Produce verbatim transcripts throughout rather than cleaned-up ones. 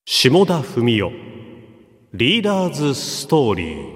下田文雄リーダーズストーリー。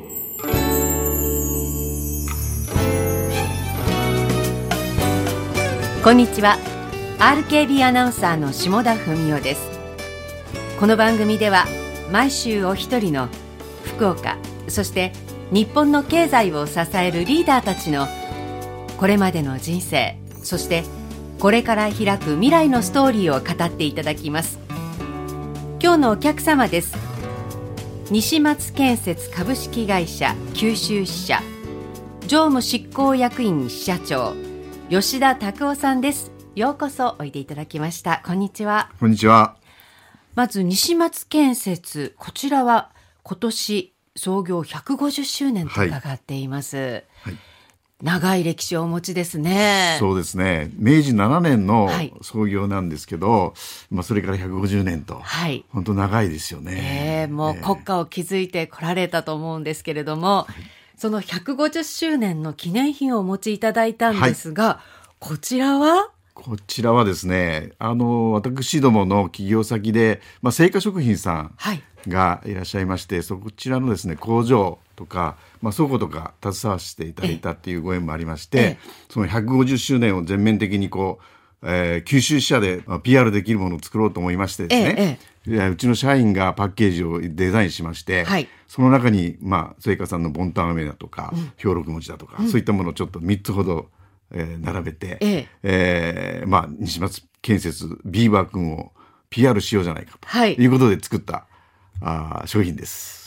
こんにちは。 アールケービー アナウンサーの下田文雄です。この番組では毎週お一人の福岡、そして日本の経済を支えるリーダーたちのこれまでの人生、そしてこれから開く未来のストーリーを語っていただきます。今日のお客様です。西松建設株式会社九州支社常務執行役員支社長、吉田拓夫さんです。ようこそおいでいただきました。こんにちは。 こんにちは。 まず西松建設、こちらは今年創業ひゃくごじゅっしゅうねんと伺っています、はいはい、長い歴史をお持ちですね。 そうですね。めいじななねんの創業なんですけど、はい、まあ、それからひゃくごじゅうねんと、はい、本当長いですよね、 えー、もう国家を築いてこられたと思うんですけれども、はい、そのひゃくごじゅっしゅうねんの記念品をお持ちいただいたんですが、はい、こちらはこちらはですね、あの私どもの企業先で、まあ、製菓食品さんがいらっしゃいまして、はい、そちらのですね工場とか、まあ、倉庫とか携わせていただいたっていうご縁もありまして、そのひゃくごじゅっしゅうねんを全面的にこう、えー、九州支社で ピーアール できるものを作ろうと思いましてですね、ええ、うちの社員がパッケージをデザインしまして、はい、その中に、まあ、製菓さんのボンタン飴だとか、うん、兵六餅だとか、うん、そういったものをちょっとみっつほどえー、並べて、えええーまあ、西松建設ビーバー君を ピーアール しようじゃないかと、はい、いうことで作ったあ商品です。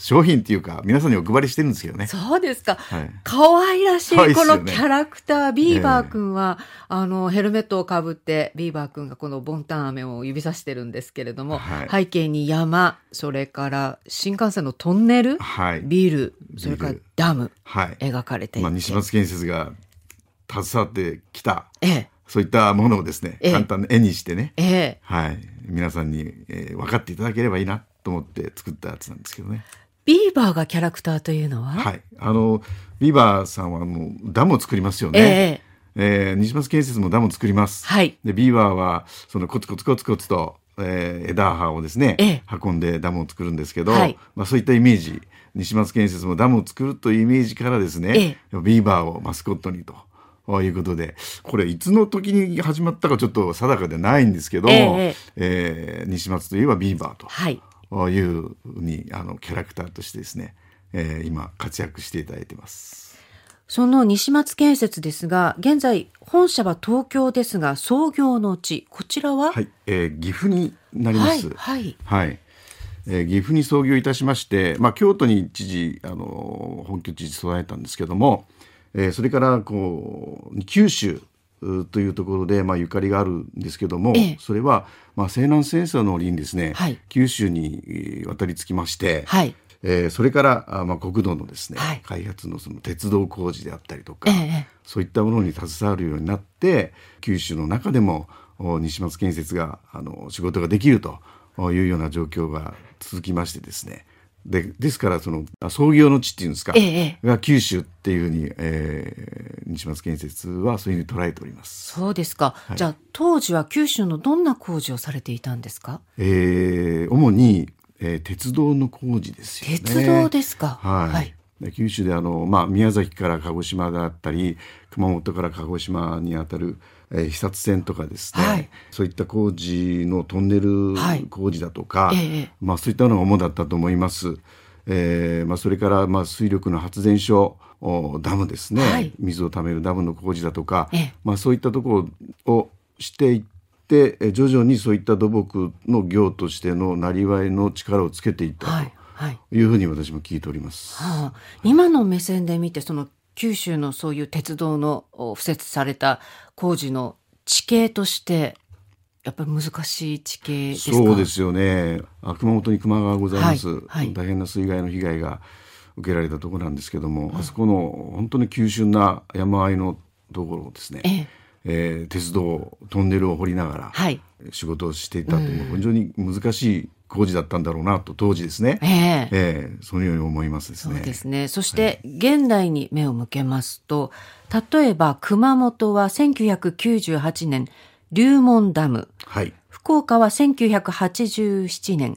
商品っていうか皆さんにお配りしてるんですけどね。 そうですか、はい、かわいらしいこのキャラクター、ビーバー君は、えー、あのヘルメットをかぶってビーバー君がこのボンタン飴を指さしてるんですけれども、はい、背景に山、それから新幹線のトンネル、はい、ビル、それからダム、はい、描かれていて、 まあ、西松建設が携わってきた、ええ、そういったものをですね、ええ、簡単な絵にしてね、ええはい、皆さんに、えー、分かっていただければいいなと思って作ったやつなんですけどね。 ビーバーがキャラクターというのは、 はい、あのビーバーさんはもうダムを作りますよね、えええー、西松建設もダムを作ります、はい、でビーバーはそのコツコツコツコツと、えー、枝葉をですね、ええ、運んでダムを作るんですけど、はい、まあ、そういったイメージ、西松建設もダムを作るというイメージからですね、ええ、ビーバーをマスコットにとということで、これいつの時に始まったかちょっと定かでないんですけど、えーえー、西松といえばビーバーというふうに、あのキャラクターとしてですね、えー、今活躍していただいています。 その西松建設ですが、現在本社は東京ですが、創業の地こちらは、 はい、えー、岐阜になります。 はいはい、 はい、えー、岐阜に創業いたしまして、まあ、京都に一時あの本拠地に備えたんですけども、えー、それからこう九州というところで、まあ、ゆかりがあるんですけども、ええ、それは、まあ、西南戦争の折にですね、はい、九州に渡り着きまして、はい、えー、それからあ、まあ、国土のですね、はい、開発のその鉄道工事であったりとか、え、そういったものに携わるようになって、九州の中でも西松建設があの仕事ができるというような状況が続きましてですね、で, ですからその創業の地っていうんですか、ええ、が九州っていうふうに、えー、西松建設はそういうふうに捉えております。 そうですか、はい、じゃあ当時は九州のどんな工事をされていたんですか？ えー、主に、えー、鉄道の工事ですよね。 鉄道ですか。 はい、はい、で九州であの、まあ、宮崎から鹿児島だったり熊本から鹿児島にあたるえー、肥薩線とかですね、はい、そういった工事のトンネル工事だとか、はい、ええ、まあ、そういったのが主だったと思います、えーまあ、それから、まあ、水力の発電所ダムですね、はい、水をためるダムの工事だとか、ええ、まあ、そういったところをしていって徐々にそういった土木の業としてのなりわいの力をつけていったというふうに私も聞いております、 はあ、今の目線で見てその九州のそういう鉄道の敷設された工事の地形としてやっぱり難しい地形ですか？ そうですよね。熊本に球磨川ございます、はいはい、大変な水害の被害が受けられたところなんですけども、うん、あそこの本当に急峻な山あいのところをですね、えええー、鉄道トンネルを掘りながら仕事をしていたという、はい、非常に難しい工事だったんだろうなと当時ですね、えーえー、そのように思いますですね。 そうですね。そして現代に目を向けますと、はい、例えば熊本はせんきゅうひゃくきゅうじゅうはちねん龍門ダム、はい、福岡はせんきゅうひゃくはちじゅうななねん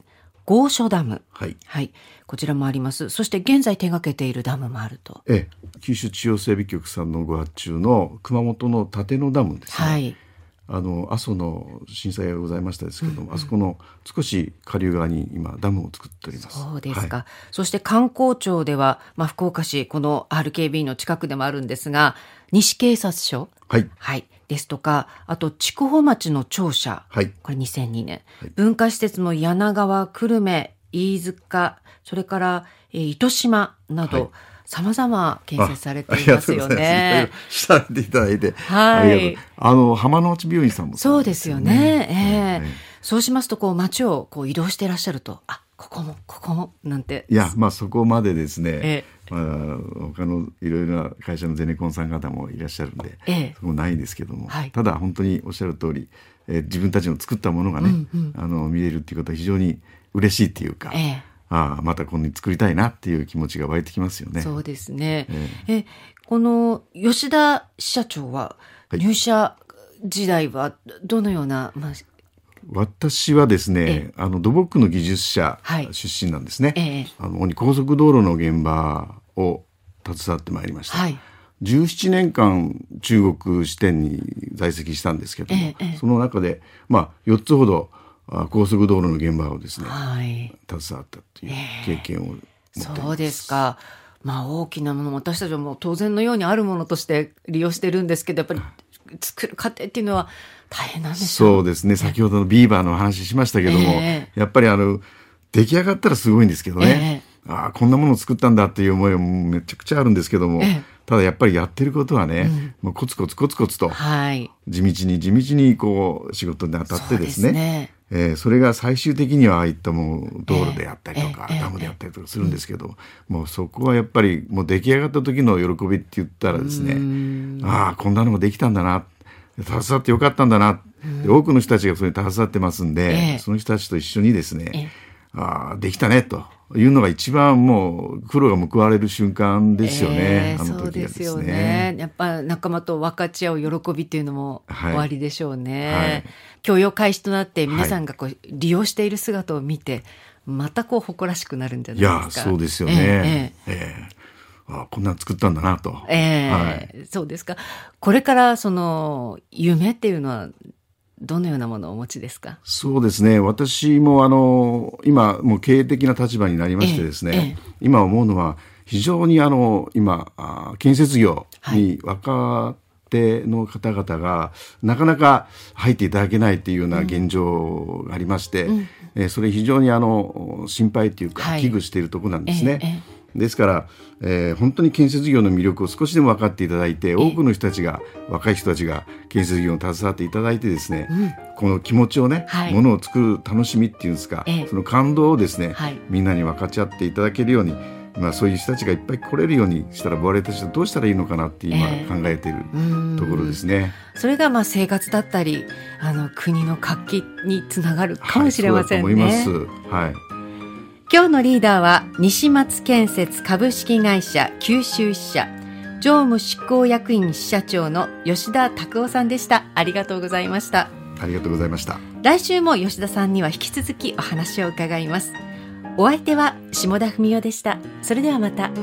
郷所ダム、 はいはい、こちらもあります。そして現在手掛けているダムもあると。 ええ、九州地方整備局さんのご発注の熊本の立野ダムですね、はい、あの阿蘇の震災がございましたですけども、うんうん、あそこの少し下流側に今ダムを作っております。 そうですか、 はい、 そして観光庁では、まあ、福岡市この アールケービー の近くでもあるんですが、西警察署、 はいはい、ですとか、あと筑穂町の庁舎、 はい、 これにせんにねん、 はい、 文化施設も柳川、久留米、飯塚、それから、えー、糸島など、はい、様々建設されていますよね。 調べていただいて、 はい、 あ, あの浜の内病院さんもそうですよね。えーはい、そうしますとこう街をこう移動していらっしゃると、あ、ここもここもなんて、 いや、まあそこまでですね、 えーまあ、他のいろいろな会社のゼネコンさん方もいらっしゃるんで、 えー、 そこもないんですけども、 はい、 ただ本当におっしゃる通り、えー、自分たちの作ったものがね、うんうん、あの見れるっていうことは非常に嬉しいっていうか、えーああまたこんなに作りたいなっていう気持ちが湧いてきますよね。 そうですね。ええこの吉田社長は入社時代はどのような、はいまあ、 私はですねあの土木の技術者出身なんですね、はいええ、あの高速道路の現場を携わってまいりました、はい、じゅうななねんかん中国支店に在籍したんですけども、ええ、その中で、まあ、よっつほど高速道路の現場をですね、はい、携わったという経験を持っています、えー、 そうですか。まあ、大きなもの私たちはもう当然のようにあるものとして利用してるんですけど、やっぱり作る過程っていうのは大変なんでしょう。 そうですね、先ほどのビーバーの話しましたけども、えー、やっぱりあの出来上がったらすごいんですけどね、えー、ああこんなものを作ったんだっていう思いはめちゃくちゃあるんですけども、えー、ただやっぱりやってることはね、うん、もうコツコツコツコツと、はい、地道に地道にこう仕事に当たってですね、そうですね、えー、それが最終的にはああいったもう道路であったりとか、えー、ダムであったりとかするんですけど、えーえー、もうそこはやっぱりもう出来上がった時の喜びって言ったらですね、ああこんなのもできたんだな、携わってよかったんだな、で多くの人たちがそれに携わってますんで、えー、その人たちと一緒にですね、えー、ああできたねというのが一番もう苦労が報われる瞬間ですよね、 えー、あの時はですね。そうですよね。やっぱ仲間と分かち合う喜びっていうのも終わりでしょうね、はいはい、共用開始となって皆さんがこう利用している姿を見てまたこう誇らしくなるんじゃないですか。 いやそうですよね、えーえーえー、あこんなの作ったんだなと、 えーはい、そうですか。これからその夢っていうのはどのようなものをお持ちですか。 そうですね、私もあの今もう経営的な立場になりましてですね、えええ、今思うのは非常にあの今建設業に若手の方々がなかなか入っていただけないというような現状がありまして、うんうん、それ非常にあの心配というか危惧しているところなんですね、はいええですから、えー、本当に建設業の魅力を少しでも分かっていただいて、多くの人たちが若い人たちが建設業に携わっていただいてですね、うん、この気持ちをね、はい、ものを作る楽しみっていうんですか、えー、その感動をですね、はい、みんなに分かち合っていただけるように、まあ、そういう人たちがいっぱい来れるようにしたら、我々たちはどうしたらいいのかなって今考えている、えー、ところですね。 それがまあ生活だったりあの国の活気につながるかもしれませんね、 はい、そうだと思います、はい。 今日のリーダーは西松建設株式会社九州支社常務執行役員支社長の吉田拓夫さんでした。ありがとうございました。 ありがとうございました。 来週も吉田さんには引き続きお話を伺います。お相手は下田文代でした。それではまた。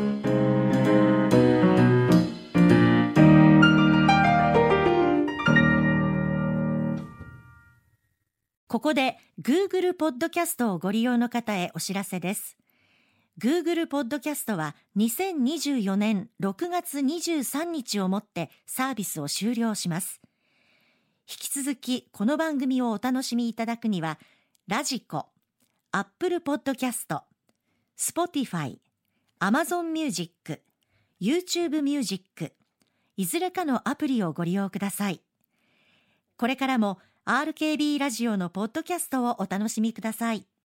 ここで Google ポッドキャストをご利用の方へお知らせです。Google ポッドキャストはにせんにじゅうよねんろくがつにじゅうさんにちをもってサービスを終了します。引き続きこの番組をお楽しみいただくには、ラジコ、Apple ポッドキャスト、Spotify、Amazon Music、YouTube Music、いずれかのアプリをご利用ください。これからもアールケービー ラジオのポッドキャストをお楽しみください。